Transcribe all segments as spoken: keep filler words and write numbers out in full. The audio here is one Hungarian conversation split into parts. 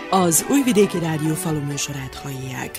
Az Újvidéki Rádió faluműsorát hallják.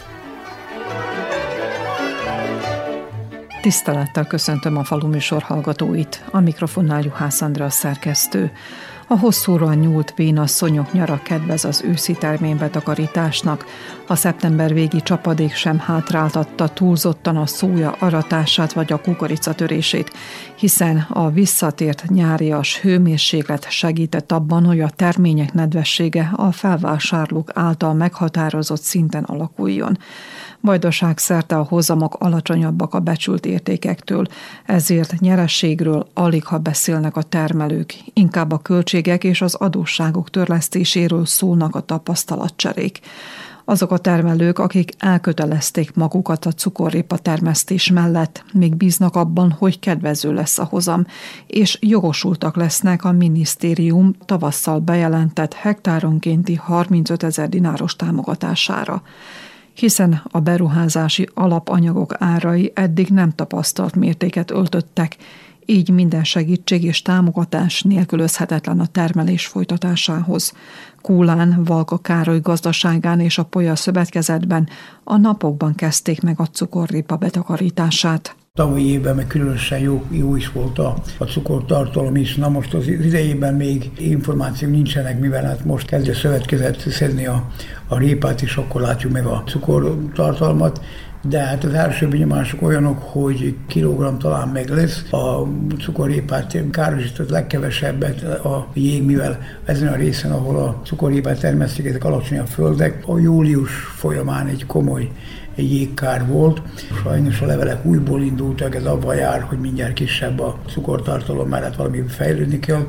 Tisztelettel köszöntöm a faluműsor hallgatóit, a mikrofonnál Juhász Andrea szerkesztő. A hosszúra nyúlt vénasszonyok nyara kedvez az őszi terménybetakarításnak. A szeptember végi csapadék sem hátráltatta túlzottan a szója aratását vagy a kukoricatörését, hiszen a visszatért nyárias hőmérséklet segített abban, hogy a termények nedvessége a felvásárlók által meghatározott szinten alakuljon. Vajdaság szerte a hozamok alacsonyabbak a becsült értékektől, ezért nyereségről aligha beszélnek a termelők, inkább a költségek és az adósságok törlesztéséről szólnak a tapasztalatcserék. Azok a termelők, akik elkötelezték magukat a cukorrépa termesztés mellett, még bíznak abban, hogy kedvező lesz a hozam, és jogosultak lesznek a minisztérium tavasszal bejelentett hektáronkénti harmincöt ezer dináros támogatására. Hiszen a beruházási alapanyagok árai eddig nem tapasztalt mértéket öltöttek, így minden segítség és támogatás nélkülözhetetlen a termelés folytatásához. Kúlán, Valka Károly gazdaságán és a Polya Szövetkezetben a napokban kezdték meg a cukorrépa betakarítását. Tavalyi évben meg különösen jó, jó is volt a, a cukortartalom is. Na most az idejében még információk nincsenek, mivel hát most kezdje a szövetkezet szedni a, a répát, és akkor látjuk meg a cukortartalmat. De hát az első benyomások olyanok, hogy kilogramm talán meg lesz. A cukorrépát károsított legkevesebbet a jég, mivel ezen a részen, ahol a cukorrépát termesztik, ezek alacsonyabb földek, a július folyamán egy komoly jégkár volt. Sajnos a levelek újból indultak, ez avval jár, hogy mindjárt kisebb a cukortartalom, mert hát valami fejlődni kell.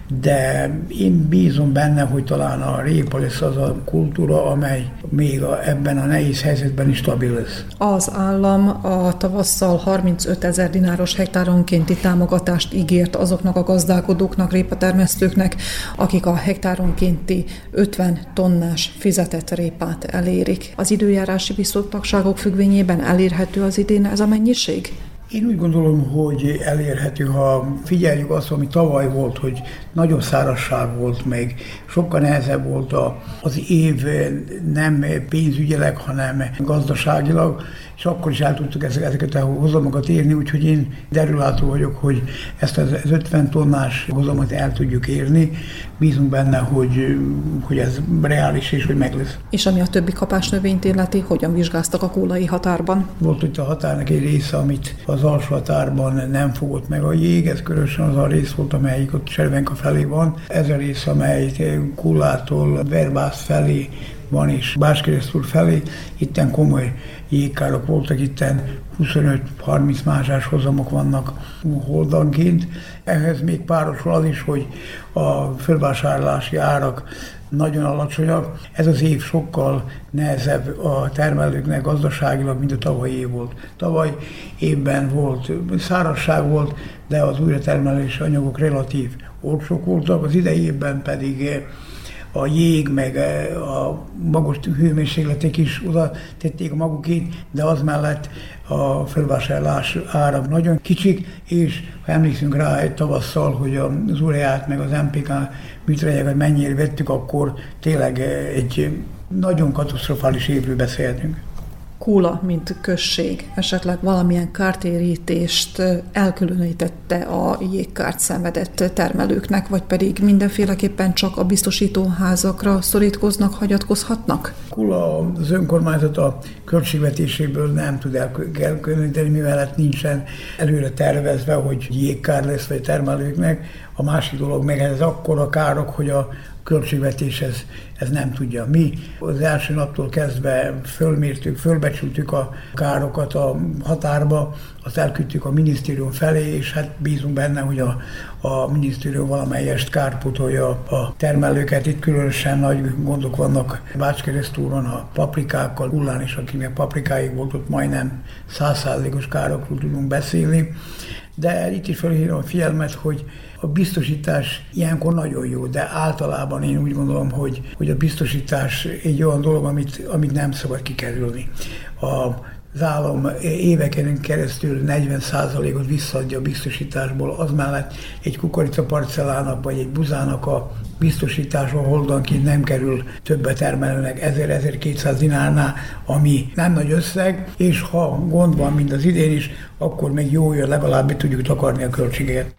De én bízom benne, hogy talán a répa lesz az a kultúra, amely még a, ebben a nehéz helyzetben is stabil lesz. Az állam a tavasszal harmincöt ezer dináros hektáronkénti támogatást ígért azoknak a gazdálkodóknak, répatermesztőknek, akik a hektáronkénti ötven tonnás fizetett répát elérik. Az időjárási viszontagságok függvényében elérhető az idén ez a mennyiség? Én úgy gondolom, hogy elérhető, ha figyeljük azt, ami tavaly volt, hogy nagyon szárazság volt, meg sokkal nehezebb volt az év nem pénzügyileg, hanem gazdaságilag, és akkor is el tudtuk ezeket a hozamokat érni, úgyhogy én derülátó vagyok, hogy ezt az ötven tonnás hozamot el tudjuk érni. Bízunk benne, hogy, hogy ez reális és hogy meg lesz. És ami a többi kapásnövényt illeti, hogyan vizsgáztak a kólai határban? Volt itt a határnak egy része, amit az alsó határban nem fogott meg a jég, ez különösen az a rész volt, amelyik ott Cservenka felé van. Ez a rész, amely Kullától Verbász felé van, és Bácskeresztúr felé, itten komoly jégkárok voltak, itten huszonöt-harminc mázsás hozamok vannak holdanként. Ehhez még párosul az is, hogy a fölvásárlási árak nagyon alacsonyak. Ez az év sokkal nehezebb a termelőknek gazdaságilag, mint a tavalyi év volt. Tavaly évben volt szárazság volt, de az újratermelési anyagok relatív olcsók voltak, az idei évben pedig a jég, meg a magas hőmérsékletek is oda tették a magukét, de az mellett a felvásárlás árak nagyon kicsik, és ha emlékszünk rá egy tavasszal, hogy az ureát meg az em pé ká műtrágyákat mennyire vettük, akkor tényleg egy nagyon katasztrofális évről beszélhetünk. Kúla, mint község, esetleg valamilyen kártérítést elkülönítette a jégkárt szenvedett termelőknek, vagy pedig mindenféleképpen csak a biztosítóházakra szorítkoznak, hagyatkozhatnak? Kúla az önkormányzat a költségvetéséből nem tud elkülöníteni, mivel nincsen előre tervezve, hogy jégkár lesz vagy termelőknek. A másik dolog meg ez akkora károk, hogy a költségvetés ez, ez nem tudja. Mi az első naptól kezdve fölmértük, fölbecsültük a károkat a határba, azt elküldtük a minisztérium felé, és hát bízunk benne, hogy a, a minisztérium valamelyest kárpótolja a termelőket. Itt különösen nagy gondok vannak Bácskeresztúron a paprikákkal, Kullán is, akinek paprikáig volt, ott majdnem száz százalékos károkról tudunk beszélni. De itt is felhívom a figyelmet, hogy a biztosítás ilyenkor nagyon jó, de általában én úgy gondolom, hogy, hogy a biztosítás egy olyan dolog, amit, amit nem szabad kikerülni. A az állam éveken keresztül negyven százalékot visszaadja a biztosításból, az mellett egy kukoricaparcellának vagy egy buzának a biztosítása holdanként nem kerül, többet termelőnek ezer-ezerkétszáz dinárnál, ami nem nagy összeg, és ha gond van, mint az idén is, akkor meg jó jön, legalább tudjuk takarni a költségeket.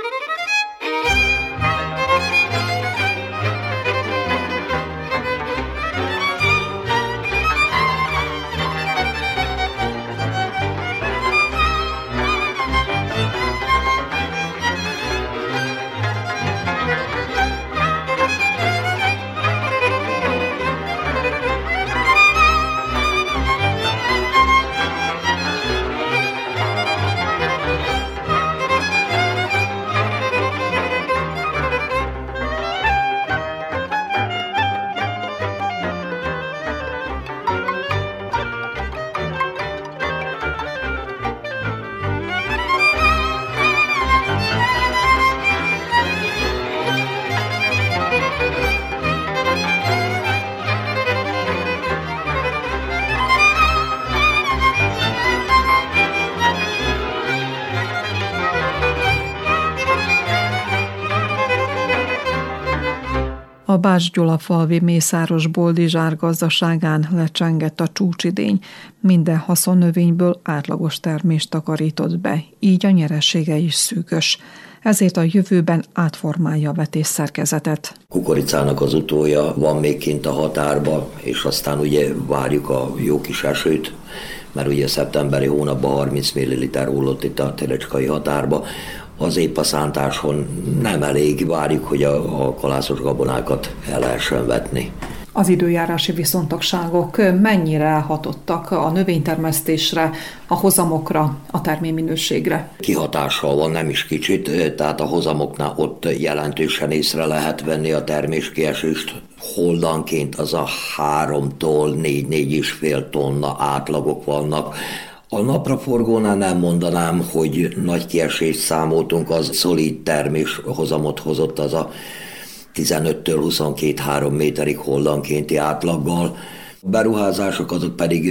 A Bács-Gyulafalvi Mészáros-Boldizsár gazdaságán lecsengett a csúcsidény, minden haszonnövényből átlagos termést takarított be, így a nyeresége is szűkös. Ezért a jövőben átformálja a vetésszerkezetet. Kukoricának az utója van még kint a határba, és aztán ugye várjuk a jó kis esőt, mert ugye szeptemberi hónapban harminc milliliter hullott itt a terecskai határba. Az épp a szántáson nem elég, várjuk, hogy a, a kalászos gabonákat el lehessen vetni. Az időjárási viszontagságok mennyire hatottak a növénytermesztésre, a hozamokra, a terményminőségre? Kihatással van, nem is kicsit, tehát a hozamoknál ott jelentősen észre lehet venni a terméskiesést. Holdanként az a háromtól négy-négy és fél tonna átlagok vannak. A napraforgónál nem mondanám, hogy nagy kiesést számoltunk, az szolid terméshozamot hozott, az a tizenöttől huszonkettő-három méterig holdankénti átlaggal. A beruházások azok pedig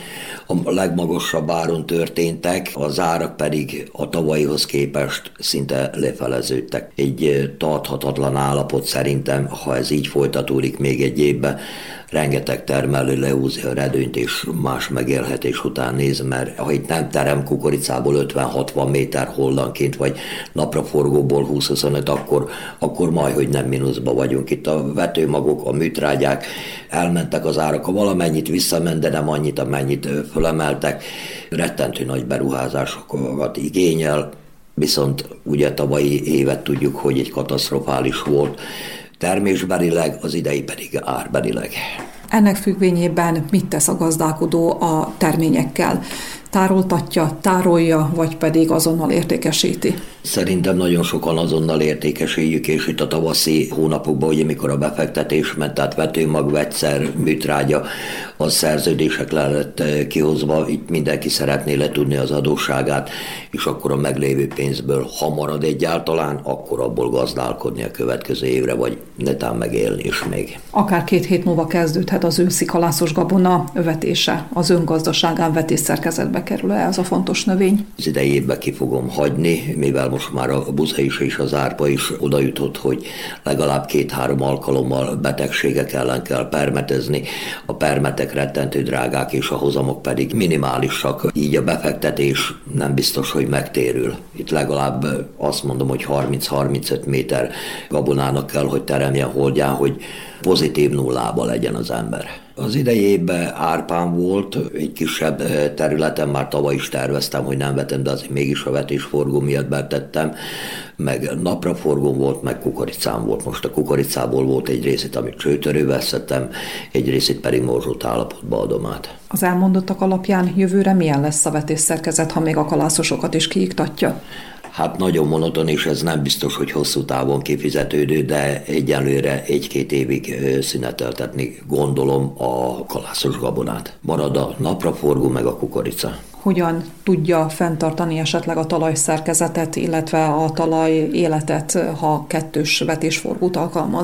a legmagasabb áron történtek, az árak pedig a tavalyihoz képest szinte lefeleződtek. Egy tarthatatlan állapot szerintem, ha ez így folytatódik még egy évben, rengeteg termelő lehúzi a redőnyt és más megélhetés után néz, mert ha itt nem terem kukoricából ötven-hatvan méter holdanként, vagy napraforgóból húsz-huszonöt, akkor, akkor majd, hogy nem mínuszba vagyunk. Itt a vetőmagok, a műtrágyák, elmentek az árak, valamennyit visszament, de nem annyit, amennyit fölemeltek. Rettentő nagy beruházásokat igényel, viszont ugye tavalyi évet tudjuk, hogy egy katasztrofális volt, termésbelileg, az idei pedig árbelileg. Ennek függvényében mit tesz a gazdálkodó a terményekkel? Tároltatja, tárolja, vagy pedig azonnal értékesíti? Szerintem nagyon sokan azonnal értékesítjük, és itt a tavaszi hónapokban, ugye mikor a befektetés ment, tehát vetőmag, vegyszer, műtrágya, a szerződések le lett kihozva, itt mindenki szeretné letudni az adósságát, és akkor a meglévő pénzből, ha marad egyáltalán, akkor abból gazdálkodni a következő évre, vagy netán megélni is még. Akár két hét múlva kezdődhet az őszi kalászos gabona övetése. Az öngazdaságán vetésszerkezetbe kerül-e ez a fontos növény? Az idei évben ki fogom hagyni, mivel most már a buza is és az árpa is oda jutott, hogy legalább két-három alkalommal betegségek ellen kell permetezni. A permetek rettentő drágák, és a hozamok pedig minimálisak. Így a befektetés nem biztos, hogy megtérül. Itt legalább azt mondom, hogy harminc-harmincöt méter gabonának kell, hogy teremjen holdján, hogy pozitív nullába legyen az ember. Az idei évben árpán volt, egy kisebb területen már tavaly is terveztem, hogy nem vetem, de azért mégis a vetésforgó miatt betettem, meg napraforgóm volt, meg kukoricám volt. Most a kukoricából volt egy részét, amit csőtörővel szedtem, egy részét pedig morzsott állapotba adom át. Az elmondottak alapján jövőre milyen lesz a vetésszerkezet, ha még a kalászosokat is kiiktatja? Hát nagyon monoton, és ez nem biztos, hogy hosszú távon kifizetődő, de egyenlőre egy-két évig szüneteltetni gondolom a kalászos gabonát. Marad a napraforgó meg a kukorica. Hogyan tudja fenntartani esetleg a talajszerkezetet, illetve a talaj életet, ha kettős vetésforgót alkalmaz?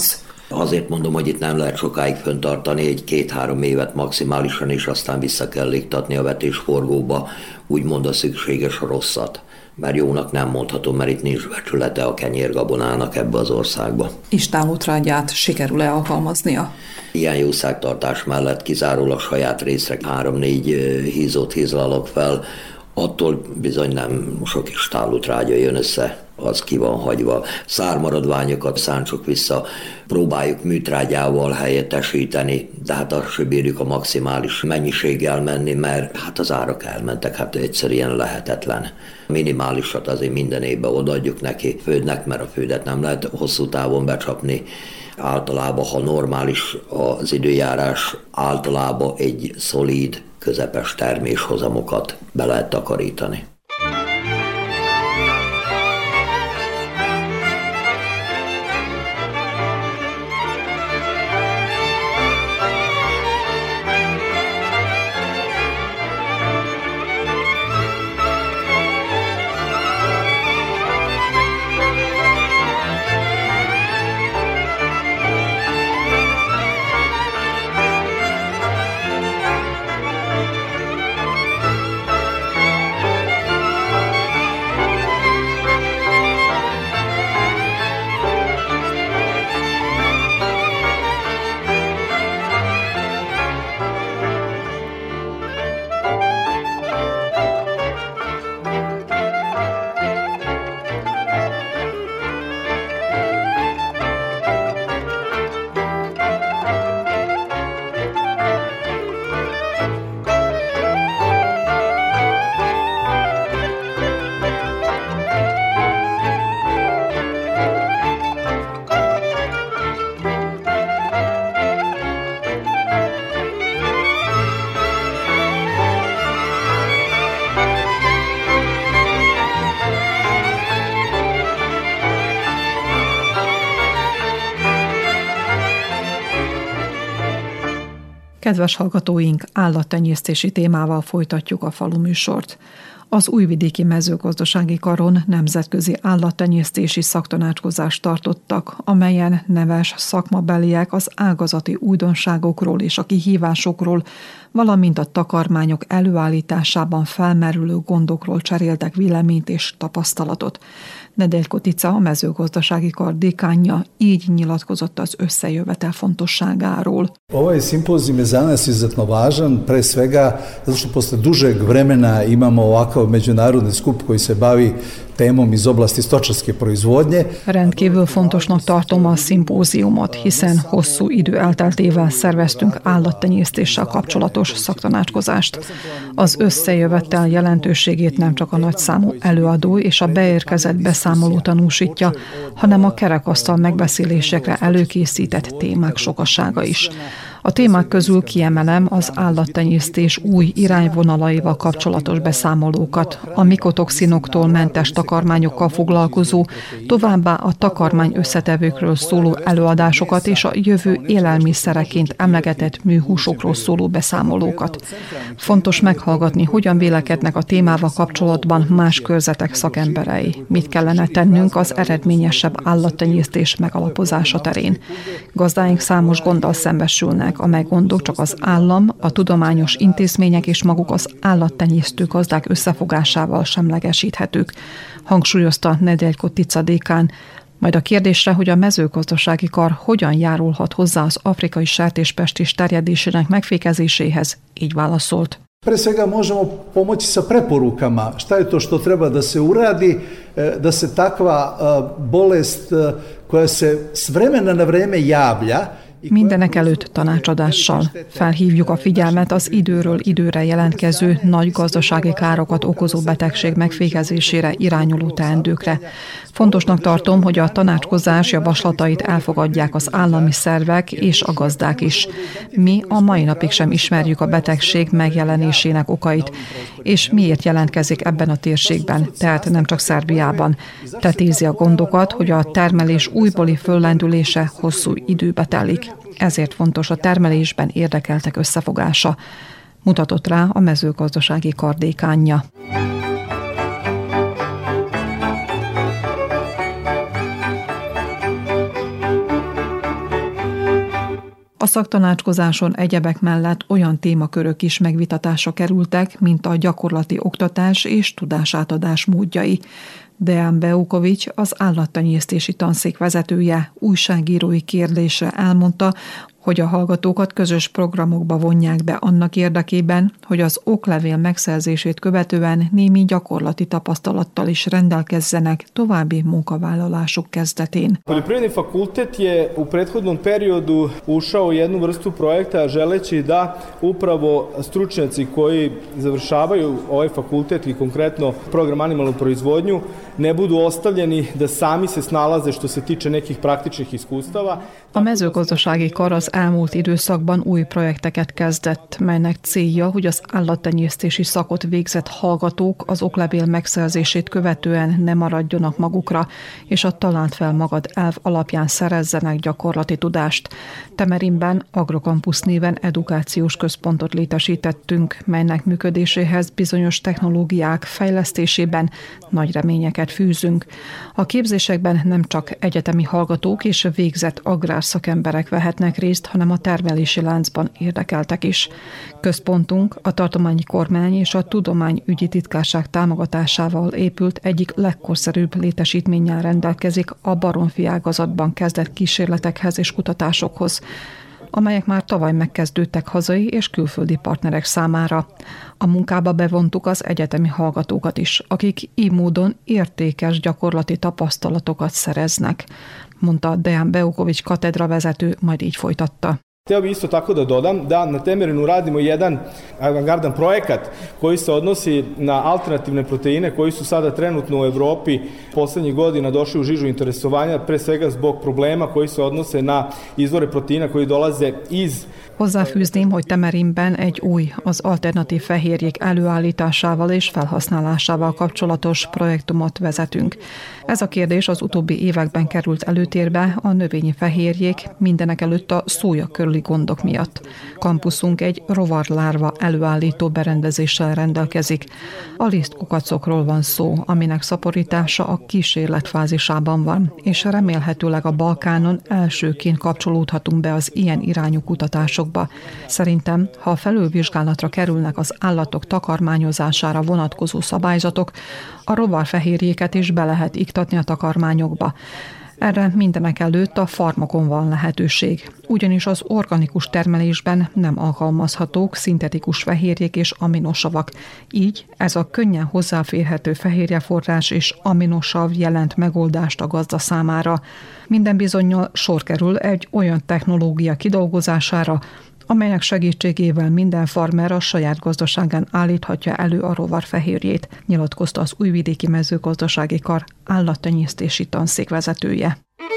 Azért mondom, hogy itt nem lehet sokáig föntartani, egy két-három évet maximálisan, és aztán vissza kell légtatni a vetésforgóba, úgymond a szükséges rosszat. Mert jónak nem mondhatom, mert itt nincs becsülete a kenyérgabonának ebbe az országba. Istállótrágyát sikerül-e alkalmaznia? Ilyen jószágtartás mellett kizárólag saját részre három-négy hízót hízlalok fel, attól bizony nem sok istállótrágya jön össze, az ki van hagyva. Szármaradványokat szántsuk vissza, próbáljuk műtrágyával helyettesíteni, de hát azt se bírjuk a maximális mennyiséggel menni, mert hát az árak elmentek, hát egyszerűen lehetetlen. Minimálisat azért minden évben odaadjuk neki fődnek, mert a fődet nem lehet hosszú távon becsapni. Általában, ha normális az időjárás, általában egy szolíd, közepes terméshozamokat be lehet takarítani. Kedves hallgatóink, állattenyésztési témával folytatjuk a faluműsort. Az Újvidéki Mezőgazdasági Karon nemzetközi állattenyésztési szaktanácskozást tartottak, amelyen neves szakmabeliek az ágazati újdonságokról és a kihívásokról, valamint a takarmányok előállításában felmerülő gondokról cseréltek véleményt és tapasztalatot. Nedeljko Tica, a Mezőgazdasági Kar dekánja, így nyilatkozott az összejövetel fontosságáról. Ovaj simpozijum je za nas izuzetno važan, pre svega zato što posle dužeg vremena imamo ovakav međunarodni skup koji se bavi témom iz oblasti stočarske proizvodnje. Rendkívül fontosnak tartom a szimpóziumot, hiszen hosszú idő elteltével szerveztünk állattenyésztéssel kapcsolatos szaktanácskozást. Az összejövettel jelentőségét nem csak a nagyszámú előadó és a beérkezett beszámoló tanúsítja, hanem a kerekasztal megbeszélésekre előkészített témák sokasága is. A témák közül kiemelem az állattenyésztés új irányvonalaival kapcsolatos beszámolókat, a mikotoxinoktól mentes takarmányokkal foglalkozó, továbbá a takarmány összetevőkről szóló előadásokat és a jövő élelmiszereként emlegetett műhúsokról szóló beszámolókat. Fontos meghallgatni, hogyan vélekednek a témával kapcsolatban más körzetek szakemberei, mit kellene tennünk az eredményesebb állattenyésztés megalapozása terén. Gazdáink számos gonddal szembesülnek, amely gondok csak az állam, a tudományos intézmények és maguk az állattenyésztő gazdák összefogásával semlegesíthetők, hangsúlyozta Nedeljko Tica dekán. Majd a kérdésre, hogy a mezőgazdasági kar hogyan járulhat hozzá az afrikai sertéspestis terjedésének megfékezéséhez, így válaszolt. Pre svega možemo pomoći sa preporukama šta je to što treba da se uradi, da se takva bolest koja se s vremena na vreme javlja. Mindenek előtt tanácsadással felhívjuk a figyelmet az időről időre jelentkező nagy gazdasági károkat okozó betegség megfékezésére irányuló teendőkre. Fontosnak tartom, hogy a tanácskozás javaslatait elfogadják az állami szervek és a gazdák is. Mi a mai napig sem ismerjük a betegség megjelenésének okait, és miért jelentkezik ebben a térségben, tehát nem csak Szerbiában. Tetézi a gondokat, hogy a termelés újbóli föllendülése hosszú időbe telik. Ezért fontos a termelésben érdekeltek összefogása, mutatott rá a mezőgazdasági kar dekánja. szaktanácskozáson egyebek mellett olyan témakörök is megvitatásra kerültek, mint a gyakorlati oktatás és tudásátadás módjai. Dejan Beukovics, az állattenyésztési tanszék vezetője, újságírói kérdésre elmondta, hogy a hallgatókat közös programokba vonják be annak érdekében, hogy az oklevél megszerzését követően némi gyakorlati tapasztalattal is rendelkezzenek további munkavállalásuk kezdetén. Poljoprivredni fakultet je u prethodnom periodu ušao u jednu vrstu projekta želeći da upravo stručnjaci koji završavaju ovaj fakultet i konkretno program animalnu proizvodnju ne budu ostavljeni da sami se snalaze što se tiče nekih praktičnih iskustava. A mezőgazdasági kar az elmúlt időszakban új projekteket kezdett, melynek célja, hogy az állattenyésztési szakot végzett hallgatók az oklevél megszerzését követően ne maradjanak magukra, és a talált fel magad elv alapján szerezzenek gyakorlati tudást. Temerinben Agrocampus néven edukációs központot létesítettünk, melynek működéséhez bizonyos technológiák fejlesztésében nagy reményeket fűzünk. A képzésekben nem csak egyetemi hallgatók és végzett agrárszakemberek vehetnek részt, hanem a termelési láncban érdekeltek is. Központunk a tartományi kormány és a tudományügyi titkárság támogatásával épült egyik legkorszerűbb létesítménnyel rendelkezik a baromfi ágazatban kezdett kísérletekhez és kutatásokhoz, amelyek már tavaly megkezdődtek hazai és külföldi partnerek számára. A munkába bevontuk az egyetemi hallgatókat is, akik így módon értékes gyakorlati tapasztalatokat szereznek, mondta Dejan Beukovics katedra vezető, majd így folytatta. Hteo bih isto tako da dodam da na Temerinu radimo jedan avangardan projekat koji se odnosi na alternativne proteine koji su sada trenutno u Evropi poslednjih godina došli u žižu interesovanja, pre svega zbog problema koji se odnose na izvore proteina koji dolaze iz. Hozzáfűzném, hogy Temerinben egy új, az alternatív fehérjék előállításával és felhasználásával kapcsolatos projektumot vezetünk. Ez a kérdés az utóbbi években került előtérbe a növényi fehérjék, mindenek előtt a szója körüli gondok miatt. Kampuszunk egy rovarlárva előállító berendezéssel rendelkezik. A lisztkukacokról van szó, aminek szaporítása a kísérletfázisában van, és remélhetőleg a Balkánon elsőként kapcsolódhatunk be az ilyen irányú kutatásokba. Szerintem, ha felülvizsgálatra kerülnek az állatok takarmányozására vonatkozó szabályzatok, a rovarfehérjéket is be lehet iktatni a takarmányokba. Erre mindenek előtt a farmokon van lehetőség, ugyanis az organikus termelésben nem alkalmazhatók szintetikus fehérjék és aminosavak. Így ez a könnyen hozzáférhető fehérjeforrás és aminosav jelent megoldást a gazda számára. Minden bizonnyal sor kerül egy olyan technológia kidolgozására, amelynek segítségével minden farmer a saját gazdaságán állíthatja elő a rovarfehérjét, nyilatkozta az Újvidéki Mezőgazdasági Kar állattenyésztési tanszék vezetője.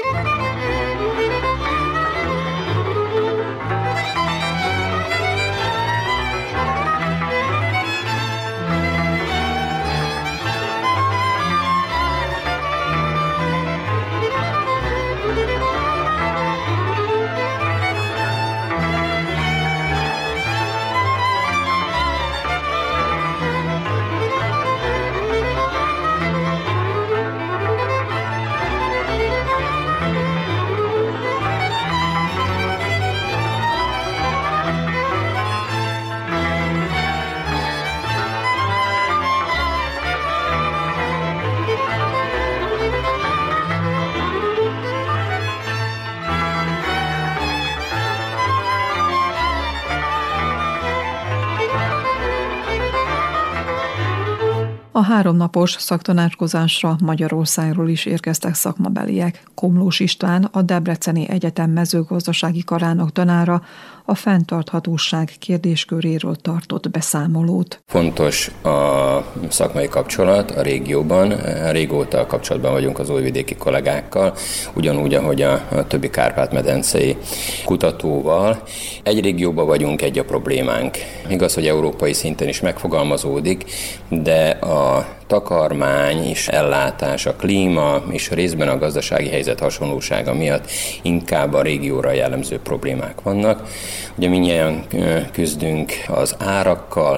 A háromnapos szaktanácskozásra Magyarországról is érkeztek szakmabeliek. Komlós István, a Debreceni Egyetem mezőgazdasági karának tanára a fenntarthatóság kérdésköréről tartott beszámolót. Fontos a szakmai kapcsolat a régióban. Régóta kapcsolatban vagyunk az újvidéki kollégákkal, ugyanúgy, ahogy a, a többi Kárpát-medencei kutatóval. Egy régióban vagyunk, egy a problémánk. Igaz, hogy európai szinten is megfogalmazódik, de a takarmány és ellátás, a klíma és részben a gazdasági helyzet hasonlósága miatt inkább a régióra jellemző problémák vannak. Ugye mindjárt küzdünk az árakkal,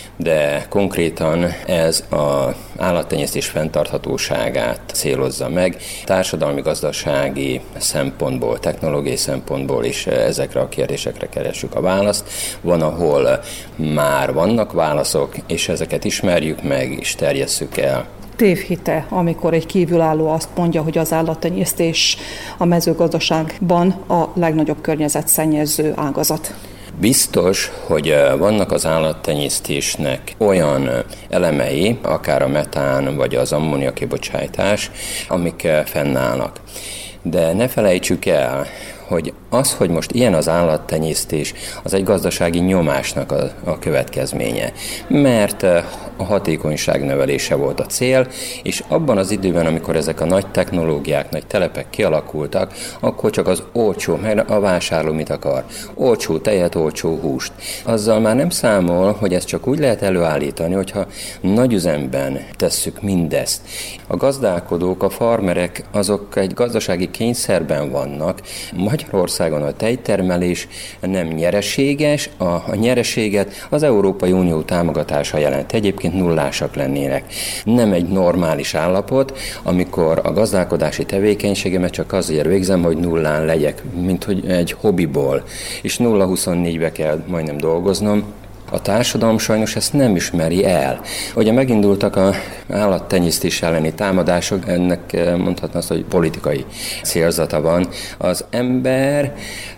de konkrétan ez az állattenyésztés fenntarthatóságát célozza meg. Társadalmi-gazdasági szempontból, technológiai szempontból is ezekre a kérdésekre keressük a választ. Van, ahol már vannak válaszok, és ezeket ismerjük meg, és terjesszük el. Tévhite, amikor egy kívülálló azt mondja, hogy az állattenyésztés a mezőgazdaságban a legnagyobb környezetszennyező ágazat. Biztos, hogy vannak az állattenyésztésnek olyan elemei, akár a metán vagy az ammónia kibocsátás, amik fennállnak. De ne felejtsük el, hogy az, hogy most ilyen az állattenyésztés, az egy gazdasági nyomásnak a, a következménye. Mert a hatékonyság növelése volt a cél, és abban az időben, amikor ezek a nagy technológiák, nagy telepek kialakultak, akkor csak az olcsó, mert a vásárló mit akar? Olcsó tejet, olcsó húst. Azzal már nem számol, hogy ezt csak úgy lehet előállítani, hogyha nagy üzemben tesszük mindezt. A gazdálkodók, a farmerek, azok egy gazdasági kényszerben vannak. Magyarországon a tejtermelés nem nyereséges, a, a nyereséget az Európai Unió támogatása jelent. Egyébként nullásak lennének. Nem egy normális állapot, amikor a gazdálkodási tevékenységemet csak azért végzem, hogy nullán legyek, mint hogy egy hobbiból, és nulla huszonnégybe kell majdnem dolgoznom. A társadalom sajnos ezt nem ismeri el. Ugye megindultak az állattenyésztés elleni támadások, ennek mondhatna azt, hogy politikai célzata van. Az ember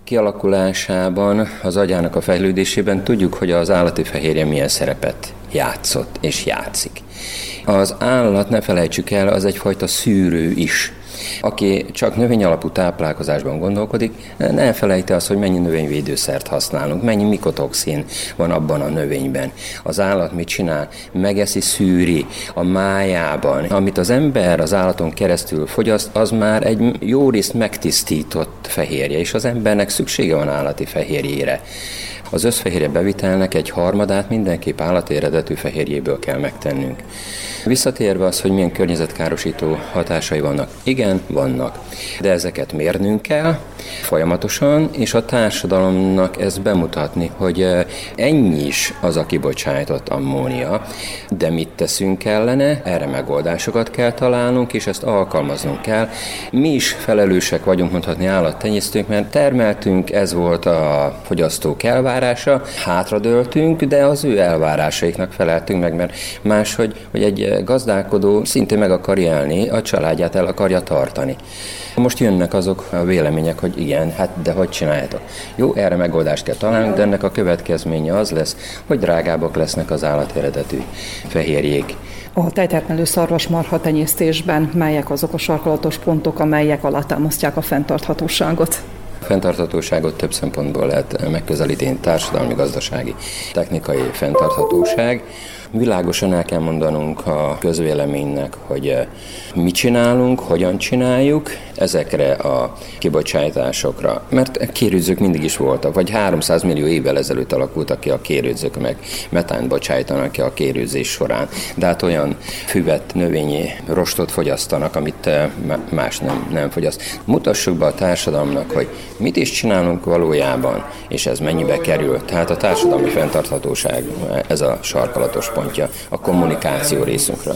kialakulásában, az agyának a fejlődésében tudjuk, hogy az állati fehérje milyen szerepet játszott és játszik. Az állat, ne felejtsük el, az egyfajta szűrő is. Aki csak növényalapú táplálkozásban gondolkodik, ne felejte azt, hogy mennyi növényvédőszert használunk, mennyi mikotoxin van abban a növényben. Az állat mit csinál? Megeszi, szűri a májában. Amit az ember az állaton keresztül fogyaszt, az már egy jó részt megtisztított fehérje, és az embernek szüksége van állati fehérjére. Az összfehérje bevitelnek egy harmadát mindenképp állati eredetű fehérjéből kell megtennünk. Visszatérve az, hogy milyen környezetkárosító hatásai vannak. Igen, vannak. De ezeket mérnünk kell folyamatosan, és a társadalomnak ezt bemutatni, hogy ennyi is az a kibocsátott ammónia, de mit teszünk ellene, erre megoldásokat kell találnunk, és ezt alkalmaznunk kell. Mi is felelősek vagyunk, mondhatni állattenyésztők, mert termeltünk, ez volt a fogyasztók elvárása, hátradőltünk, de az ő elvárásaiknak feleltünk meg, mert máshogy, hogy egy gazdálkodó szintén meg akar élni, a családját el akarja tartani. Most jönnek azok a vélemények, hogy igen, hát de hogy csináljátok? Jó, erre megoldást kell találnunk, de ennek a következménye az lesz, hogy drágábbak lesznek az állateredetű fehérjék. A tejtermelő szarvasmarha tenyésztésben melyek azok a sarkalatos pontok, amelyek alátámasztják a fenntarthatóságot? A fenntarthatóságot több szempontból lehet megközelíteni, társadalmi, gazdasági, technikai fenntarthatóság. Világosan el kell mondanunk a közvéleménynek, hogy mit csinálunk, hogyan csináljuk ezekre a kibocsátásokra. Mert kérődzők mindig is voltak, vagy háromszáz millió évvel ezelőtt alakultak ki a kérődzők, meg metánt bocsájtanak ki a kérőzés során. De hát olyan füvet, növényi rostot fogyasztanak, amit más nem, nem fogyaszt. Mutassuk be a társadalomnak, hogy mit is csinálunk valójában, és ez mennyibe kerül. Tehát a társadalmi fenntarthatóság, ez a sarkalatos pontja a kommunikáció részünkről.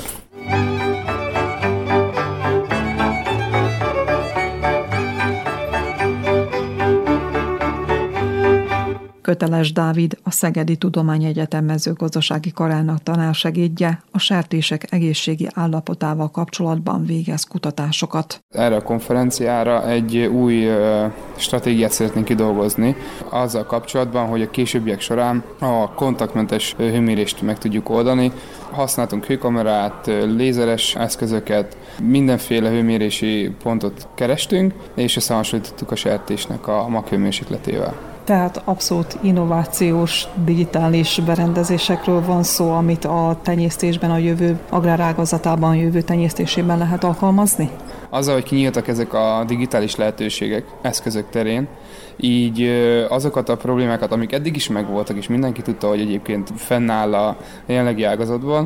Köteles Dávid, a Szegedi Tudományegyetem mezőgazdasági karának tanársegédje, a sertések egészségi állapotával kapcsolatban végez kutatásokat. Erre a konferenciára egy új stratégiát szeretnénk kidolgozni, azzal kapcsolatban, hogy a későbbiek során a kontaktmentes hőmérést meg tudjuk oldani. Használtunk hőkamerát, lézeres eszközöket, mindenféle hőmérési pontot kerestünk, és összehasonlítottuk a sertésnek a maghőmérsékletével. Tehát abszolút innovációs, digitális berendezésekről van szó, amit a tenyésztésben, a jövő agrárágazatában, a jövő tenyésztésében lehet alkalmazni? Azzal, hogy kinyíltak ezek a digitális lehetőségek eszközök terén, így azokat a problémákat, amik eddig is megvoltak, és mindenki tudta, hogy egyébként fennáll a jelenlegi ágazatban,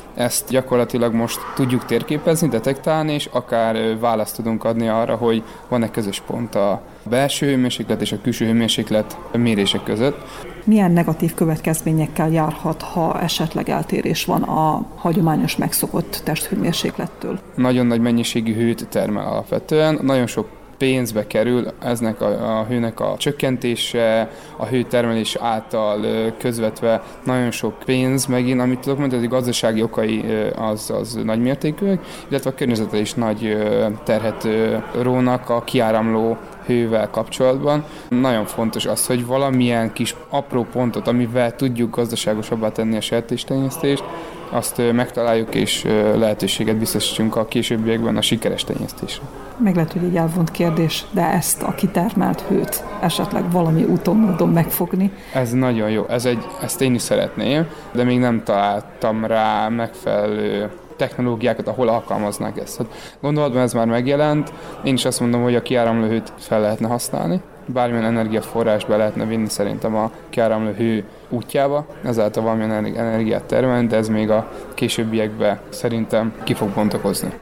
Ezt gyakorlatilag most tudjuk térképezni, detektálni, és akár választ tudunk adni arra, hogy van-e közös pont a belső hőmérséklet és a külső hőmérséklet mérések között. Milyen negatív következményekkel járhat, ha esetleg eltérés van a hagyományos megszokott testhőmérséklettől? Nagyon nagy mennyiségű hőt termel alapvetően, nagyon sok pénzbe kerül eznek a, a hőnek a csökkentése, a hőtermelés által közvetve nagyon sok pénz megint, amit tudok mondani, hogy a gazdasági okai az, az nagy mértékűek, illetve a környezetre is nagy terhet rónak a kiáramló hővel kapcsolatban. Nagyon fontos az, hogy valamilyen kis apró pontot, amivel tudjuk gazdaságosabbá tenni a sertéstenyésztést, azt megtaláljuk, és lehetőséget biztosítsunk a későbbiekben a sikeres tenyésztésre. Meg lehet, hogy egy elvont kérdés, de ezt a kitermelt hőt esetleg valami úton, módon megfogni. Ez nagyon jó, ez egy, ezt én is szeretném, de még nem találtam rá megfelelő technológiákat, ahol alkalmaznák ezt. Hát gondolatban ez már megjelent, én is azt mondom, hogy a kiáramló hőt fel lehetne használni, bármilyen energiaforrás be lehetne vinni szerintem a kiáramló hő útjába, ezáltal valamilyen energiát termelni, de ez még a későbbiekben szerintem ki fog bontakozni.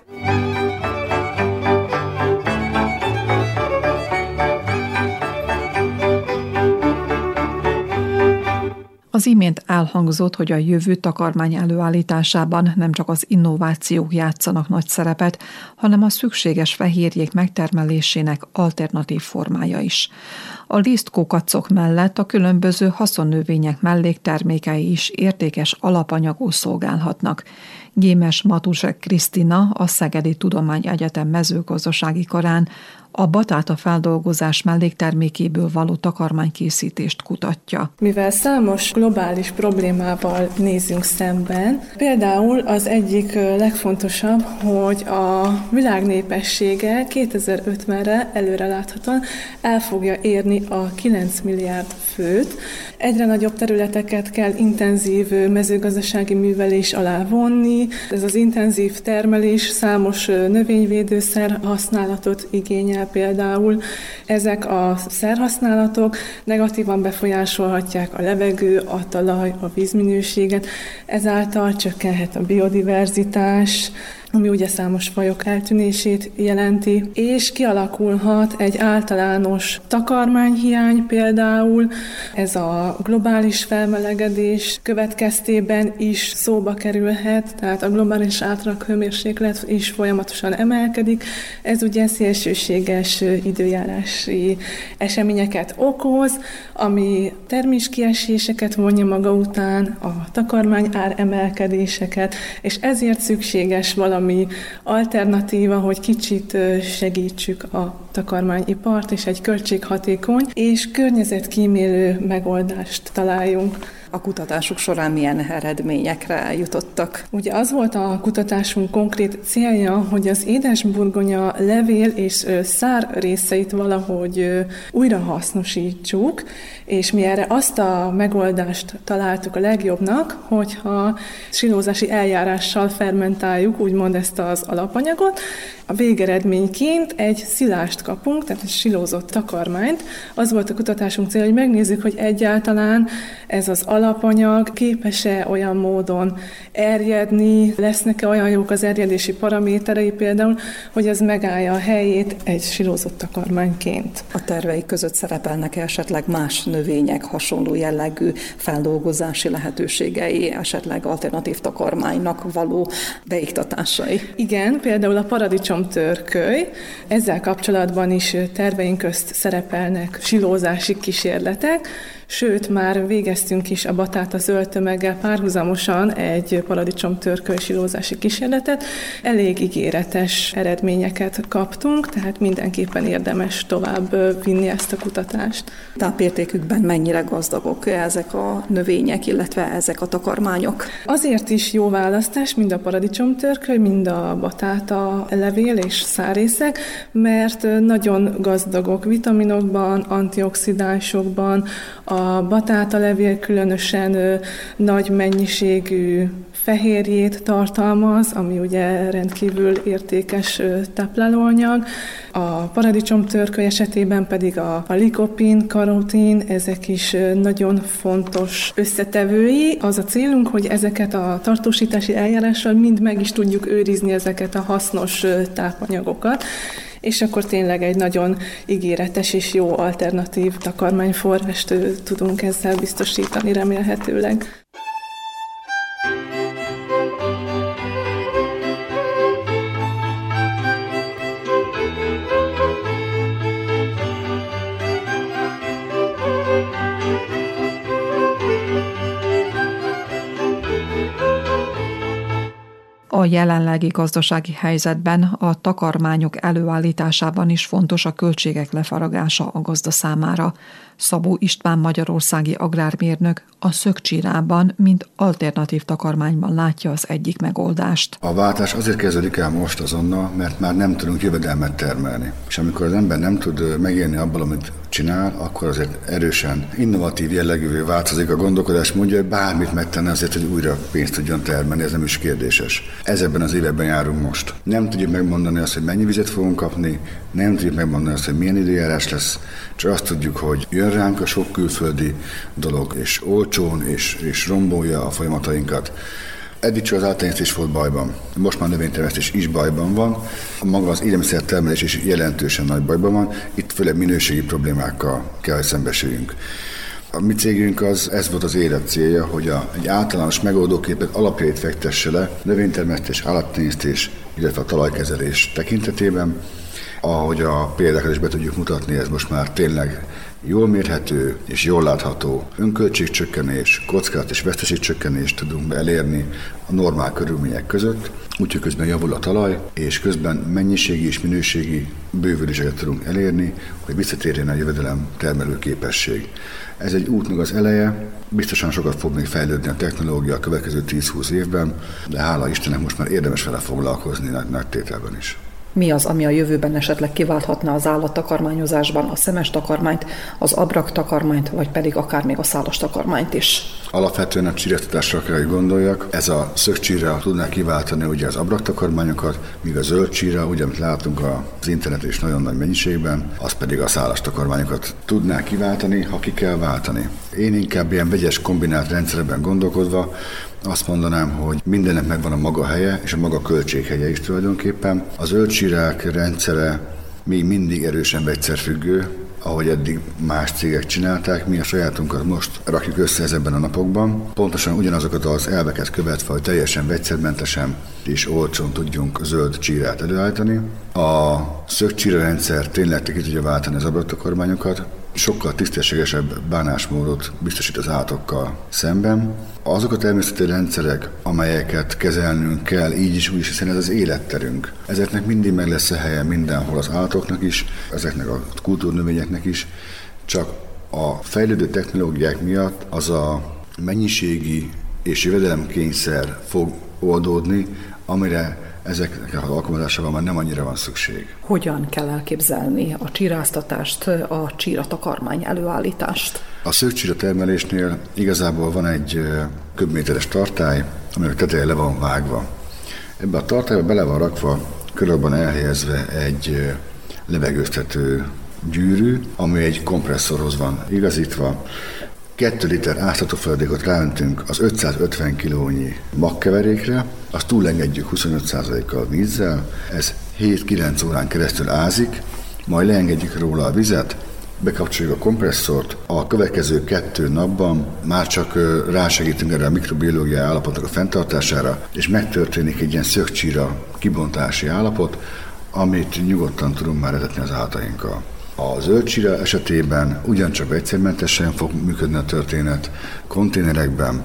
Az imént elhangzott, hogy a jövő takarmány előállításában nem csak az innovációk játszanak nagy szerepet, hanem a szükséges fehérjék megtermelésének alternatív formája is. A lisztkókacok mellett a különböző haszonnövények melléktermékei is értékes alapanyagul szolgálhatnak. Gémes Matusek Krisztina, a Szegedi Tudományegyetem mezőgazdasági karán a batáta feldolgozás melléktermékéből való takarmánykészítést kutatja. Mivel számos globális problémával nézünk szemben, például az egyik legfontosabb, hogy a világ népessége kétezer-ötvenre előreláthatóan el fogja érni a kilenc milliárd főt. Egyre nagyobb területeket kell intenzív mezőgazdasági művelés alá vonni. Ez az intenzív termelés számos növényvédőszer használatot igényel például. Ezek a szerhasználatok negatívan befolyásolhatják a levegő, a talaj, a vízminőséget, ezáltal csökkenhet a biodiverzitás, ami ugye számos fajok eltűnését jelenti, és kialakulhat egy általános takarmányhiány például. Ez a globális felmelegedés következtében is szóba kerülhet, tehát a globális átlaghőmérséklet is folyamatosan emelkedik. Ez ugye szélsőséges időjárási eseményeket okoz, ami terméskieséseket vonja maga után, a takarmány ár emelkedéseket, és ezért szükséges valami ami alternatíva, hogy kicsit segítsük a takarmányipart, és egy költséghatékony és környezetkímélő megoldást találjunk. A kutatásuk során milyen eredményekre jutottak? Ugye az volt a kutatásunk konkrét célja, hogy az édesburgonya levél és szár részeit valahogy újra hasznosítsuk, és mi erre azt a megoldást találtuk a legjobbnak, hogyha silózási eljárással fermentáljuk, úgymond ezt az alapanyagot. A végeredményként egy szilást kapunk, tehát egy silózott takarmányt. Az volt a kutatásunk célja, hogy megnézzük, hogy egyáltalán ez az alapanyag képes-e olyan módon erjedni, lesznek-e olyan jók az erjedési paraméterei például, hogy ez megállja a helyét egy silózott takarmányként. A terveik között szerepelnek esetleg más növények hasonló jellegű feldolgozási lehetőségei, esetleg alternatív takarmánynak való beiktatásai? Igen, például a paradicsomtörköly. Ezzel kapcsolatban is terveink közt szerepelnek silózási kísérletek, sőt, már végeztünk is a batáta zöld tömeggel párhuzamosan egy paradicsomtörköly silózási kísérletet. Elég ígéretes eredményeket kaptunk, tehát mindenképpen érdemes tovább vinni ezt a kutatást. Tápértékükben mennyire gazdagok ezek a növények, illetve ezek a takarmányok? Azért is jó választás mind a paradicsomtörköly, mind a batáta levél és szárrészek, mert nagyon gazdagok vitaminokban, antioxidánsokban. A batáta levél különösen ö, nagy mennyiségű fehérjét tartalmaz, ami ugye rendkívül értékes táplálóanyag. A paradicsomtörköly esetében pedig a, a likopin, karotin, ezek is nagyon fontos összetevői. Az a célunk, hogy ezeket a tartósítási eljárással mind meg is tudjuk őrizni ezeket a hasznos tápanyagokat, és akkor tényleg egy nagyon ígéretes és jó alternatív takarmányforrást tudunk ezzel biztosítani remélhetőleg. A jelenlegi gazdasági helyzetben a takarmányok előállításában is fontos a költségek lefaragása a gazda számára. Szabó István magyarországi agrármérnök a szögcsírában, mint alternatív takarmányban látja az egyik megoldást. A váltás azért kezdődik el most azonnal, mert már nem tudunk jövedelmet termelni. És amikor az ember nem tud megélni abból, amit csinál, akkor azért erősen innovatív jellegűvé változik a gondolkodás, mondja, hogy bármit megtenne azért, hogy újra pénzt tudjon termelni, ez nem is kérdéses. Ez ebben az években járunk most. Nem tudjuk megmondani azt, hogy mennyi vizet fogunk kapni, nem tudjuk megmondani azt, hogy milyen időjárás lesz, csak azt tudjuk, hogy jön ránk a sok külföldi dolog, és olcsón, és, és rombolja a folyamatainkat. Eddig csak az állattenyésztés volt bajban. Most már növénytermesztés is bajban van. Maga az élelmiszertermelés is jelentősen nagy bajban van. Itt főleg minőségi problémákkal kell, hogy szembesüljünk. A mi cégünk az, ez volt az élet célja, hogy a, egy általános megoldóképet alapjait fektesse le növénytermesztés, állattenyésztés, illetve a talajkezelés tekintetében. Ahogy a példákat is be tudjuk mutatni, ez most már tényleg jól mérhető és jól látható önköltségcsökkenés, kockázat és veszteségcsökkenést tudunk elérni a normál körülmények között, úgyhogy közben javul a talaj, és közben mennyiségi és minőségi bővüléseket tudunk elérni, hogy visszatérjen a jövedelem termelő képesség. Ez egy útnak az eleje, biztosan sokat fog még fejlődni a technológia a következő tíz-húsz évben, de hála Istennek most már érdemes vele foglalkozni nagy, nagy tételben is. Mi az, ami a jövőben esetleg kiválthatna az állattakarmányozásban a szemes takarmányt, az abrak takarmányt, vagy pedig akár még a szálas takarmányt is? Alapvetően a csíráztatásra kell, hogy gondoljak. Ez a szögcsíra tudná kiváltani ugye az abraktakarmányokat, míg a zöld csíra, ugye amit látunk az interneten is nagyon nagy mennyiségben, az pedig a szálas takarmányokat tudná kiváltani, ha ki kell váltani. Én inkább ilyen vegyes kombinált rendszerben gondolkodva azt mondanám, hogy mindennek megvan a maga helye, és a maga költséghelye is tulajdonképpen. A zöld csírák rendszere még mindig erősen vegyszerfüggő, ahogy eddig más cégek csinálták, mi a sajátunkat most rakjuk össze ezekben a napokban. Pontosan ugyanazokat az elveket követve, hogy teljesen vegyszermentesen és olcsón tudjunk zöld csírát előállítani. A szögcsíra rendszer tényleg ki tudja váltani az abraktakarmányokat, sokkal tisztességesebb bánásmódot biztosít az állatokkal szemben. Azok a természeti rendszerek, amelyeket kezelnünk kell, így is úgy is, hiszen ez az életterünk. Ezeknek mindig meg lesz a helye mindenhol az állatoknak is, ezeknek a kultúrnövényeknek is, csak a fejlődő technológiák miatt az a mennyiségi és jövedelemkényszer fog oldódni, amire ezeknek az alkalmazásával már nem annyira van szükség. Hogyan kell elképzelni a csíráztatást, a csíratakarmány előállítást? A szögcsíra termelésnél igazából van egy köbméteres tartály, aminek teteje le van vágva. Ebben a tartályba bele van rakva, körülbelül elhelyezve egy levegőztető gyűrű, ami egy kompresszorhoz van igazítva. Kettő liter áztatófeladékot ráöntünk az ötszázötven kilónyi magkeverékre, azt túlengedjük huszonöt százalékkal vízzel, ez hét-kilenc órán keresztül ázik, majd leengedjük róla a vizet, bekapcsoljuk a kompresszort, a következő kettő napban már csak rásegítünk erre a mikrobiológiai állapotnak a fenntartására, és megtörténik egy ilyen szögcsíra kibontási állapot, amit nyugodtan tudunk már etetni az állatainkkal. A zöld csíra esetében ugyancsak vegyszermentesen fog működni a történet, konténerekben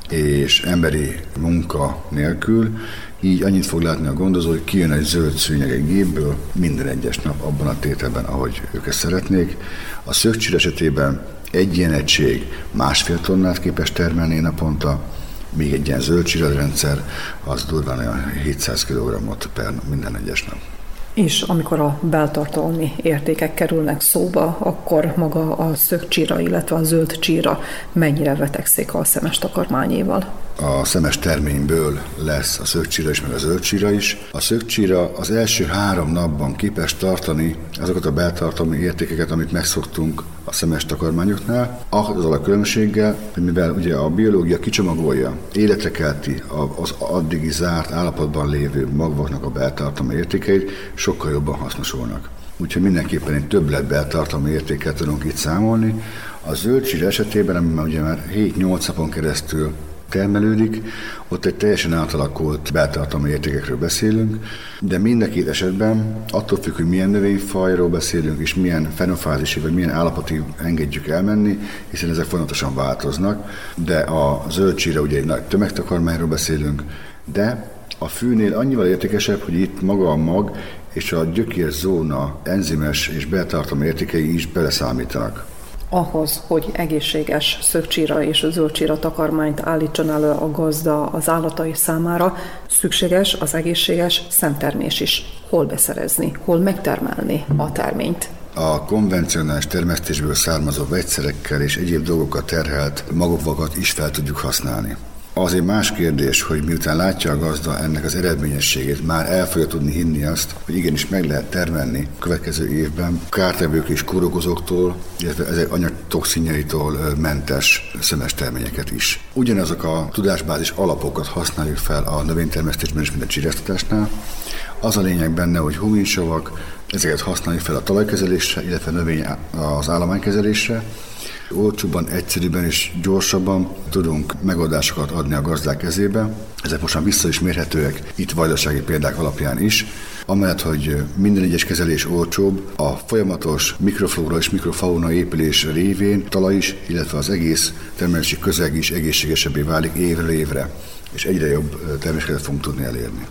és emberi munka nélkül, így annyit fog látni a gondozó, hogy kijön egy zöld szőnyeg egy gépből minden egyes nap abban a tételben, ahogy ők ezt szeretnék. A szögcsíra esetében egy ilyen egység másfél tonnát képes termelni naponta, míg egy ilyen zöld csírarendszer az durván olyan hétszáz kilogrammot per minden egyes nap. És amikor a beltartalmi értékek kerülnek szóba, akkor maga a szögcsíra, illetve a zöld csíra mennyire vetekszik a szemes takarmányéval? a szemes terményből lesz a szögcsíra is, meg a zöldcsíra is. A szögcsíra az első három napban képes tartani azokat a beltartalmi értékeket, amit megszoktunk a szemes takarmányoknál, azzal a különbséggel, hogy mivel ugye a biológia kicsomagolja, életre kelti az addigi zárt állapotban lévő magvaknak a beltartalmi értékeit, sokkal jobban hasznosulnak. Úgyhogy mindenképpen egy többlet beltartalmi értéket tudunk itt számolni. A zöldcsíra esetében, ami már ugye már hét-nyolc napon keresztül termelődik, ott egy teljesen átalakult beltartalmi értékekről beszélünk, de mind a két esetben attól függ, hogy milyen növényfajról beszélünk, és milyen fenofázisi, vagy milyen állapotig engedjük elmenni, hiszen ezek folyamatosan változnak, de a zöldcsíra ugye egy nagy tömegtakarmányról beszélünk, de a fűnél annyival értékesebb, hogy itt maga a mag és a gyökérzóna enzimes és beltartalmi értékei is beleszámítanak. Ahhoz, hogy egészséges szögcsíra és zöldcsíra takarmányt állítson elő a gazda az állatai számára, szükséges az egészséges szemtermés is. Hol beszerezni, hol megtermelni a terményt? A konvencionális termesztésből származó vegyszerekkel és egyéb dolgokat terhelt magvakat is fel tudjuk használni. Azért más kérdés, hogy miután látja a gazda ennek az eredményességét, már el fogja tudni hinni azt, hogy igenis meg lehet termelni a következő évben kártevők és kórokozóktól, illetve ezek anyagtoxinjaitól mentes szemes terményeket is. Ugyanazok a tudásbázis alapokat használjuk fel a növénytermesztésben és mint a csiráztatásnál. Az a lényeg benne, hogy huminsavak, ezeket használjuk fel a talajkezelésre, illetve növény az állománykezelésre. Olcsóbban, egyszerűbben és gyorsabban tudunk megoldásokat adni a gazdák kezébe. Ezek most már vissza is mérhetőek itt vajdasági példák alapján is. Amellett, hogy minden egyes kezelés olcsóbb, a folyamatos mikroflóra és mikrofauna épülés révén talaj is, illetve az egész termelési közeg is egészségesebbé válik évről évre, és egyre jobb természetet fogunk tudni elérni.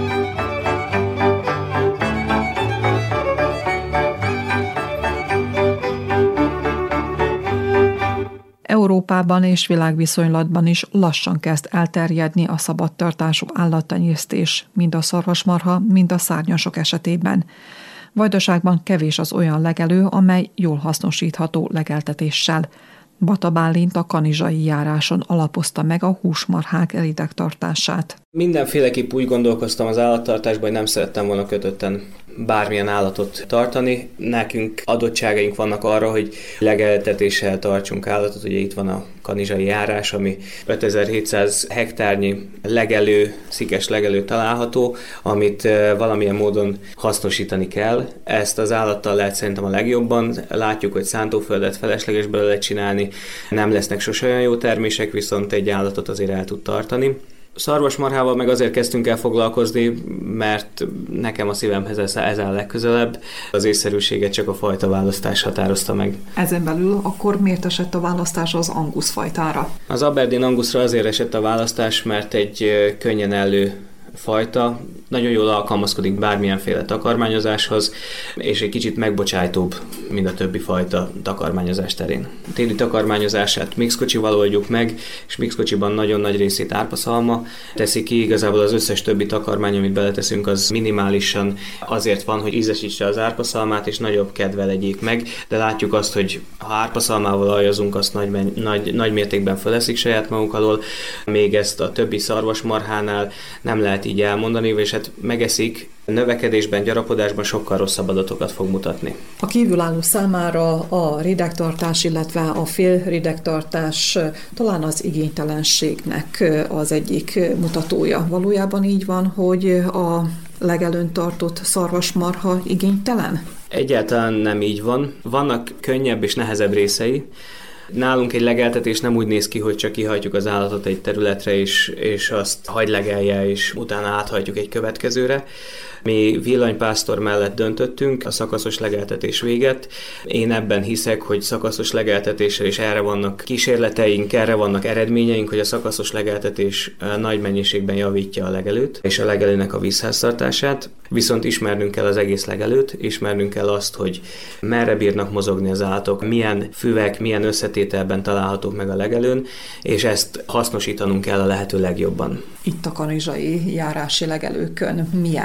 Európában és világviszonylatban is lassan kezd elterjedni a szabadtartású állattenyésztés, mind a szarvasmarha, mind a szárnyasok esetében. Vajdaságban kevés az olyan legelő, amely jól hasznosítható legeltetéssel. Bata Bálint a kanizsai járáson alapozta meg a húsmarhák ridegtartását. Mindenféleképp úgy gondolkoztam az állattartásban, hogy nem szerettem volna kötötten bármilyen állatot tartani. Nekünk adottságaink vannak arra, hogy legeltetéssel tartsunk állatot. Ugye itt van a kanizsai járás, ami ötezer-hétszáz hektárnyi legelő, szikes legelő található, amit valamilyen módon hasznosítani kell. Ezt az állattal lehet szerintem a legjobban. Látjuk, hogy szántóföldet felesleges belőle csinálni, nem lesznek sose olyan jó termések, viszont egy állatot azért el tud tartani. Szarvasmarhával meg azért kezdtünk el foglalkozni, mert nekem a szívemhez ez, ez áll legközelebb. Az észszerűséget csak a fajta választás határozta meg. Ezen belül akkor miért esett a választás az Angus fajtára? Az Aberdeen Angusra azért esett a választás, mert egy könnyen ellő fajta, nagyon jól alkalmazkodik bármilyenféle takarmányozáshoz, és egy kicsit megbocsájtóbb, mint a többi fajta takarmányozás terén. A téli takarmányozását mixkocsival oldjuk meg, és mixkocsiban nagyon nagy részét árpaszalma teszi ki, igazából az összes többi takarmány, amit beleteszünk, az minimálisan azért van, hogy ízesítse az árpaszalmát, és nagyobb kedvel legyék meg, de látjuk azt, hogy ha árpaszalmával aljazunk, azt nagy, nagy, nagy mértékben föleszik saját maguk alól, még ezt a többi szarvasmarhánál nem lehet így elmondani, és hát megeszik, növekedésben, gyarapodásban sokkal rosszabb adatokat fog mutatni. A kívülálló számára a ridegtartás, illetve a félridegtartás talán az igénytelenségnek az egyik mutatója. Valójában így van, hogy a legelőn tartott szarvasmarha igénytelen? Egyáltalán nem így van. Vannak könnyebb és nehezebb részei. Nálunk egy legeltetés nem úgy néz ki, hogy csak kihajtjuk az állatot egy területre, és, és azt hagy legelje, és utána áthajtjuk egy következőre. Mi villanypásztor mellett döntöttünk, a szakaszos legeltetés véget. Én ebben hiszek, hogy szakaszos legeltetéssel is erre vannak kísérleteink, erre vannak eredményeink, hogy a szakaszos legeltetés nagy mennyiségben javítja a legelőt, és a legelőnek a vízháztartását. Viszont ismernünk kell az egész legelőt, ismernünk kell azt, hogy merre bírnak mozogni az állatok, milyen füvek, milyen összetételben találhatók meg a legelőn, és ezt hasznosítanunk kell a lehető legjobban. Itt a kanizsai járási legelőkön milyen az összetétel?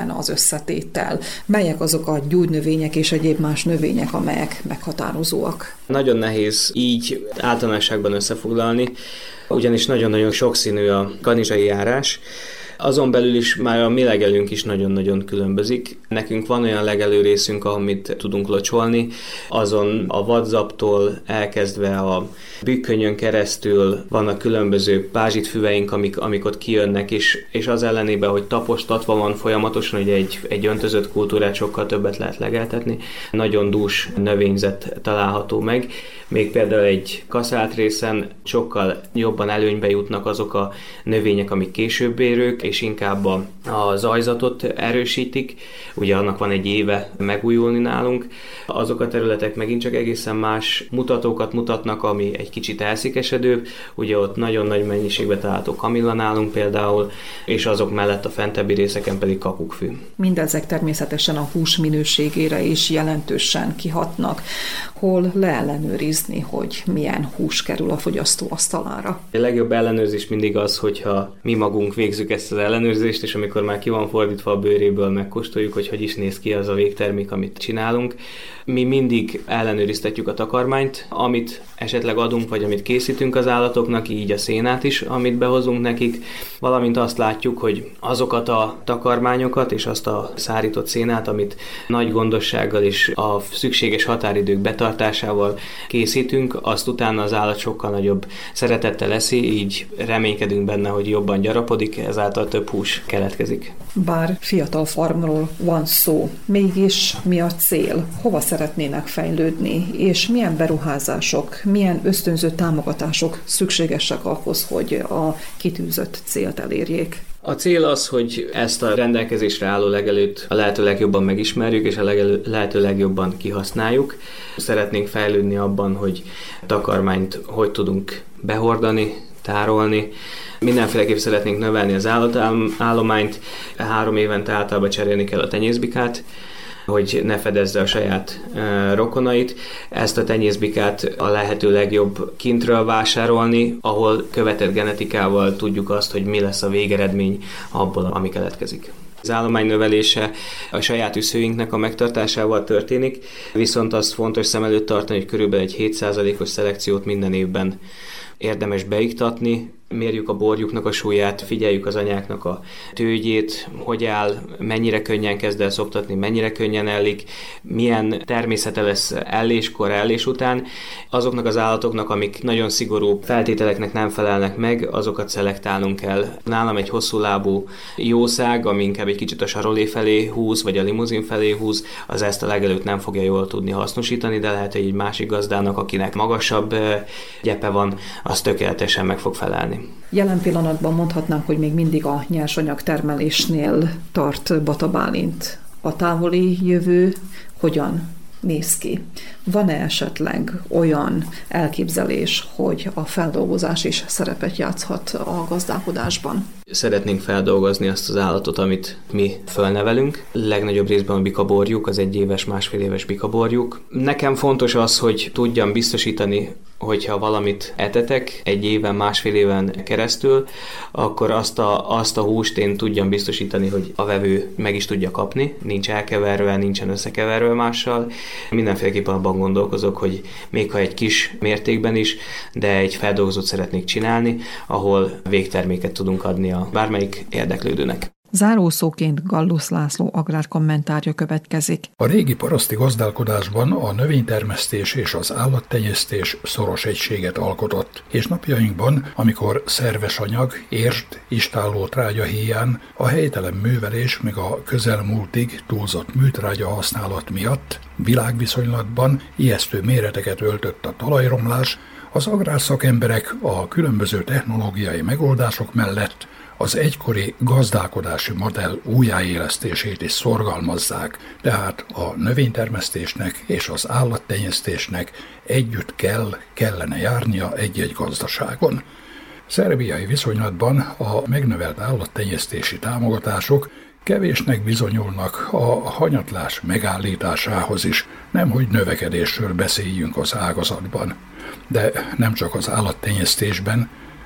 összetétel? Melyek azok a gyógynövények és egyéb más növények, amelyek meghatározóak? Nagyon nehéz így általánosságban összefoglalni, ugyanis nagyon-nagyon sokszínű a kanizsai járás. Azon belül is már a mi legelőnk is nagyon-nagyon különbözik. Nekünk van olyan legelő részünk, amit tudunk locsolni, azon a vadzaptól elkezdve a bükkönyön keresztül vannak különböző pázsitfüveink, amik, amik ott kijönnek, és, és az ellenében, hogy tapostatva van folyamatosan, hogy egy, egy öntözött kultúrát sokkal többet lehet legeltetni, nagyon dús növényzet található meg. Még például egy kaszált részen sokkal jobban előnybe jutnak azok a növények, amik később érők, és inkább a, a zajzatot erősítik. Ugye annak van egy éve megújulni nálunk. Azok a területek megint csak egészen más mutatókat mutatnak, ami egy kicsit elszékesedőbb. Ugye ott nagyon nagy mennyiségben található kamilla nálunk például, és azok mellett a fentebbi részeken pedig kakukkfű. Mindezek természetesen a hús minőségére is jelentősen kihatnak. Hol leellenőrizni, hogy milyen hús kerül a fogyasztó asztalára? A legjobb ellenőrzés mindig az, hogyha mi magunk végzük ezt az ellenőrzést, és amikor már ki van fordítva a bőréből, megkóstoljuk, hogy hogy is néz ki az a végtermék, amit csinálunk. Mi mindig ellenőriztetjük a takarmányt, amit esetleg adunk, vagy amit készítünk az állatoknak, így a szénát is, amit behozunk nekik, valamint azt látjuk, hogy azokat a takarmányokat és azt a szárított szénát, amit nagy gondossággal és a szükséges határidők betartásával készítünk, azt utána az állat sokkal nagyobb szeretettel eszi, így reménykedünk benne, hogy jobban gyarapodik, ezáltal több hús keletkezik. Bár fiatal farmról van szó, mégis mi a cél? Hova szeretnének fejlődni, és milyen beruházások, milyen ösztönző támogatások szükségesek ahhoz, hogy a kitűzött célt elérjék? A cél az, hogy ezt a rendelkezésre álló legelőt a lehető legjobban megismerjük, és a legelő, lehető legjobban kihasználjuk. Szeretnénk fejlődni abban, hogy takarmányt hogy tudunk behordani, tárolni. Mindenféleképp szeretnénk növelni az állatállományt, három évente általában cserélni kell a tenyészbikát, hogy ne fedezze a saját e, rokonait. Ezt a tenyészbikát a lehető legjobb kintről vásárolni, ahol követett genetikával tudjuk azt, hogy mi lesz a végeredmény abból, ami keletkezik. Az állomány növelése a saját üszőinknek a megtartásával történik, viszont azt fontos szem előtt tartani, hogy körülbelül egy hét százalékos szelekciót minden évben érdemes beiktatni, mérjük a borjuknak a súlyát, figyeljük az anyáknak a tőgyét, hogy áll, mennyire könnyen kezd el szoptatni, mennyire könnyen ellik, milyen természete lesz elléskor, ellés után. Azoknak az állatoknak, amik nagyon szigorú feltételeknek nem felelnek meg, azokat szelektálnunk kell. Nálam egy hosszú lábú jószág, ami inkább egy kicsit a sarolé felé húz, vagy a limuzin felé húz, az ezt a legelőtt nem fogja jól tudni hasznosítani, de lehet, hogy egy másik gazdának, akinek magasabb gyepe van, az tökéletesen meg fog felelni. Jelen pillanatban mondhatnánk, hogy még mindig a nyersanyag termelésnél tart Bata Bálint. A távoli jövő hogyan néz ki? Van-e esetleg olyan elképzelés, hogy a feldolgozás is szerepet játszhat a gazdálkodásban? Szeretnénk feldolgozni azt az állatot, amit mi fölnevelünk. Legnagyobb részben a bikaborjuk, az egy éves, másfél éves bikaborjuk. Nekem fontos az, hogy tudjam biztosítani, hogyha valamit etetek egy éven, másfél éven keresztül, akkor azt a, azt a húst én tudjam biztosítani, hogy a vevő meg is tudja kapni, nincs elkeverve, nincsen összekeverve mással. Mindenféleképpen abban gondolkozok, hogy még ha egy kis mértékben is, de egy feldolgozót szeretnék csinálni, ahol végterméket tudunk adni a bármelyik érdeklődőnek. Zárószóként Gallus László agrárkommentárja következik. A régi paraszti gazdálkodásban a növénytermesztés és az állattenyésztés szoros egységet alkotott, és napjainkban, amikor szerves anyag, érst, istálló trágya híján, a helytelen művelés meg a közelmúltig túlzott műtrágya használat miatt világviszonylatban ijesztő méreteket öltött a talajromlás, az agrárszakemberek a különböző technológiai megoldások mellett az egykori gazdálkodási modell újjáélesztését is szorgalmazzák, tehát a növénytermesztésnek és az állattenyésztésnek együtt kell, kellene járnia egy-egy gazdaságon. Szerbiai viszonylatban a megnövelt állattenyésztési támogatások kevésnek bizonyulnak a hanyatlás megállításához is, nemhogy növekedésről beszéljünk az ágazatban. De nem csak az állattenyésztésben,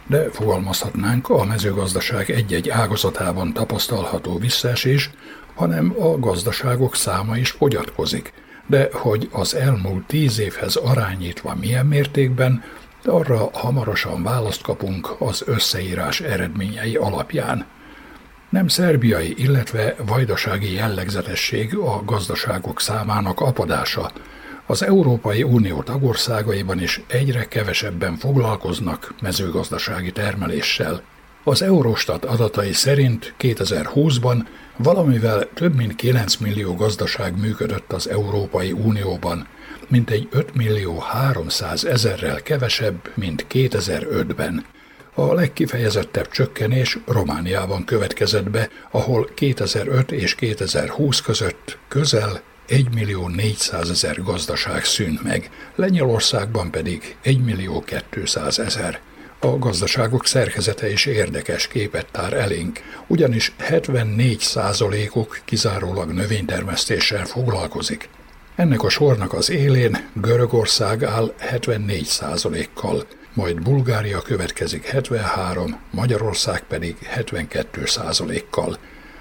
de fogalmazhatnánk, a mezőgazdaság egy-egy ágazatában tapasztalható visszaesés, hanem a gazdaságok száma is fogyatkozik. De hogy az elmúlt tíz évhez arányítva milyen mértékben, arra hamarosan választ kapunk az összeírás eredményei alapján. Nem szerbiai, illetve vajdasági jellegzetesség a gazdaságok számának apadása. Az Európai Unió tagországaiban is egyre kevesebben foglalkoznak mezőgazdasági termeléssel. Az Eurostat adatai szerint kétezer-húszban valamivel több mint kilenc millió gazdaság működött az Európai Unióban, mintegy öt millió háromszázezerrel kevesebb, mint kétezer-ötben. A legkifejezettebb csökkenés Romániában következett be, ahol kétezer-öt és kétezer-húsz között közel egy millió négyszázezer gazdaság szűnt meg, Lengyelországban pedig egy millió kétszázezer. A gazdaságok szerkezete is érdekes képet tár elénk, ugyanis hetvennégy százalékuk kizárólag növénytermesztéssel foglalkozik. Ennek a sornak az élén Görögország áll hetvennégy százalékkal, majd Bulgária következik hetvenhárom, Magyarország pedig hetvenkettő százalékkal.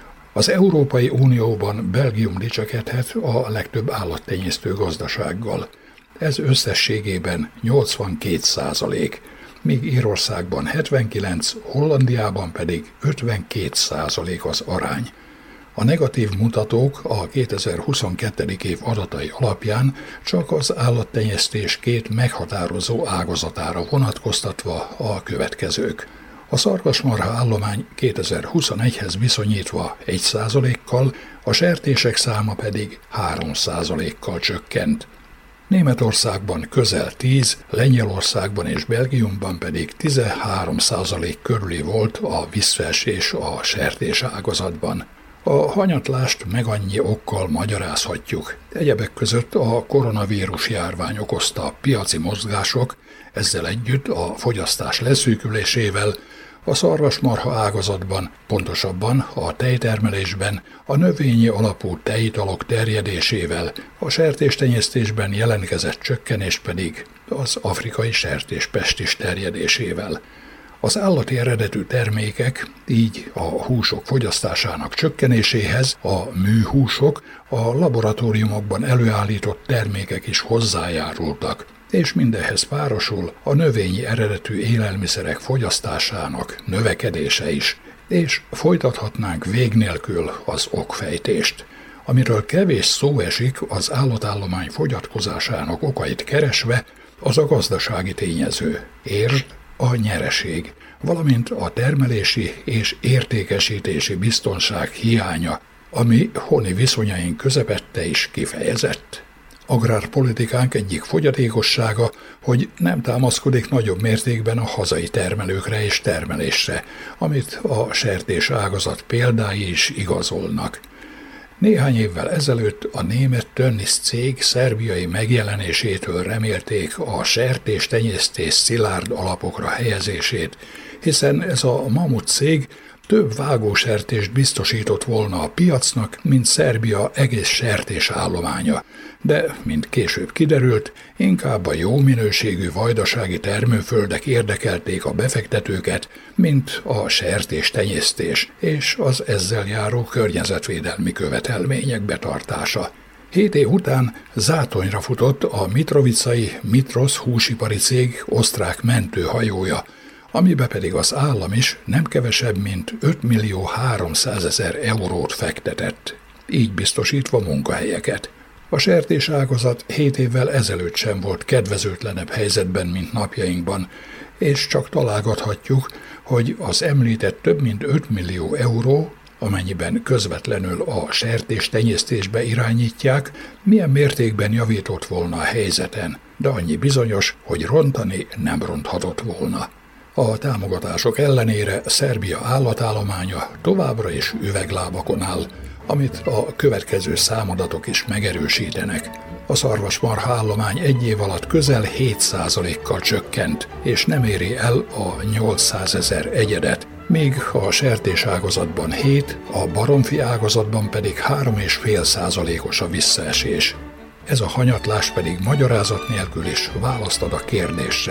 Az Európai Unióban Belgium dicsekedhet a legtöbb állattenyésztő gazdasággal. Ez összességében nyolcvankét százalék, míg Írországban hetvenkilenc, Hollandiában pedig ötvenkét százalék az arány. A negatív mutatók a kétezer-huszonkettő. év adatai alapján csak az állattenyésztés két meghatározó ágazatára vonatkoztatva a következők. A szarvasmarha állomány kétezer-huszonegyhez viszonyítva egy százalékkal, a sertések száma pedig három százalékkal csökkent. Németországban közel tíz, Lengyelországban és Belgiumban pedig tizenhárom százalék körüli volt a visszaesés a sertés ágazatban. A hanyatlást meg annyi okkal magyarázhatjuk. Egyebek között a koronavírus járvány okozta piaci mozgások, ezzel együtt a fogyasztás leszűkülésével, a szarvasmarha ágazatban, pontosabban a tejtermelésben, a növényi alapú tejitalok terjedésével, a sertéstenyésztésben jelentkezett csökkenés pedig az afrikai sertéspestis terjedésével. Az állati eredetű termékek, így a húsok fogyasztásának csökkenéséhez a műhúsok, a laboratóriumokban előállított termékek is hozzájárultak, és mindehhez párosul a növényi eredetű élelmiszerek fogyasztásának növekedése is, és folytathatnánk vég nélkül az okfejtést. Amiről kevés szó esik az állatállomány fogyatkozásának okait keresve, az a gazdasági tényező, értsd, a nyereség, valamint a termelési és értékesítési biztonság hiánya, ami honi viszonyaink közepette is kifejezett. Agrárpolitikánk egyik fogyatékossága, hogy nem támaszkodik nagyobb mértékben a hazai termelőkre és termelésre, amit a sertés ágazat példái is igazolnak. Néhány évvel ezelőtt a német Tönnies cég szerbiai megjelenésétől remélték a sertéstenyésztés szilárd alapokra helyezését, hiszen ez a mamut cég több vágósertést biztosított volna a piacnak, mint Szerbia egész sertés állománya, de, mint később kiderült, inkább a jó minőségű vajdasági termőföldek érdekelték a befektetőket, mint a sertéstenyésztés és az ezzel járó környezetvédelmi követelmények betartása. Hét év után zátonyra futott a mitrovicai Mitros húsipari cég osztrák mentőhajója, amibe pedig az állam is nem kevesebb, mint öt millió háromszázezer eurót fektetett, így biztosítva munkahelyeket. A sertéságazat hét évvel ezelőtt sem volt kedvezőtlenebb helyzetben, mint napjainkban, és csak találgathatjuk, hogy az említett több mint öt millió euró, amennyiben közvetlenül a sertéstenyésztésbe irányítják, milyen mértékben javított volna a helyzeten, de annyi bizonyos, hogy rontani nem ronthatott volna. A támogatások ellenére Szerbia állatállománya továbbra is üveglábakon áll, amit a következő számadatok is megerősítenek. A szarvasmarha állomány egy év alatt közel hét százalékkal csökkent, és nem éri el a nyolcszázezer egyedet, míg a sertés ágazatban hét, a baromfi ágazatban pedig három egész öt százalékos a visszaesés. Ez a hanyatlás pedig magyarázat nélkül is választ ad a kérdésre,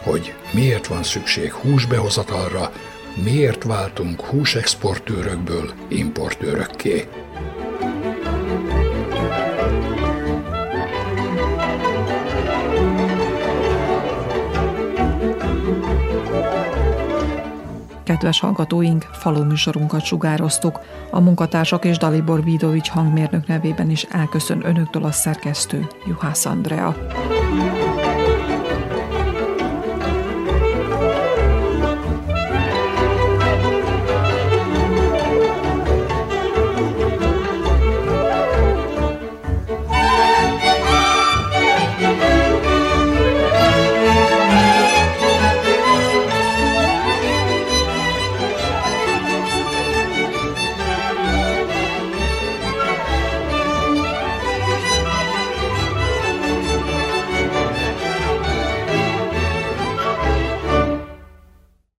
hogy miért van szükség húsbehozatalra, miért váltunk húsexportőrökből importőrökké. Kedves hallgatóink, faluműsorunkat sugároztuk. A munkatársak és Dalibor Vidovics hangmérnök nevében is elköszön önöktől a szerkesztő, Juhász Andrea.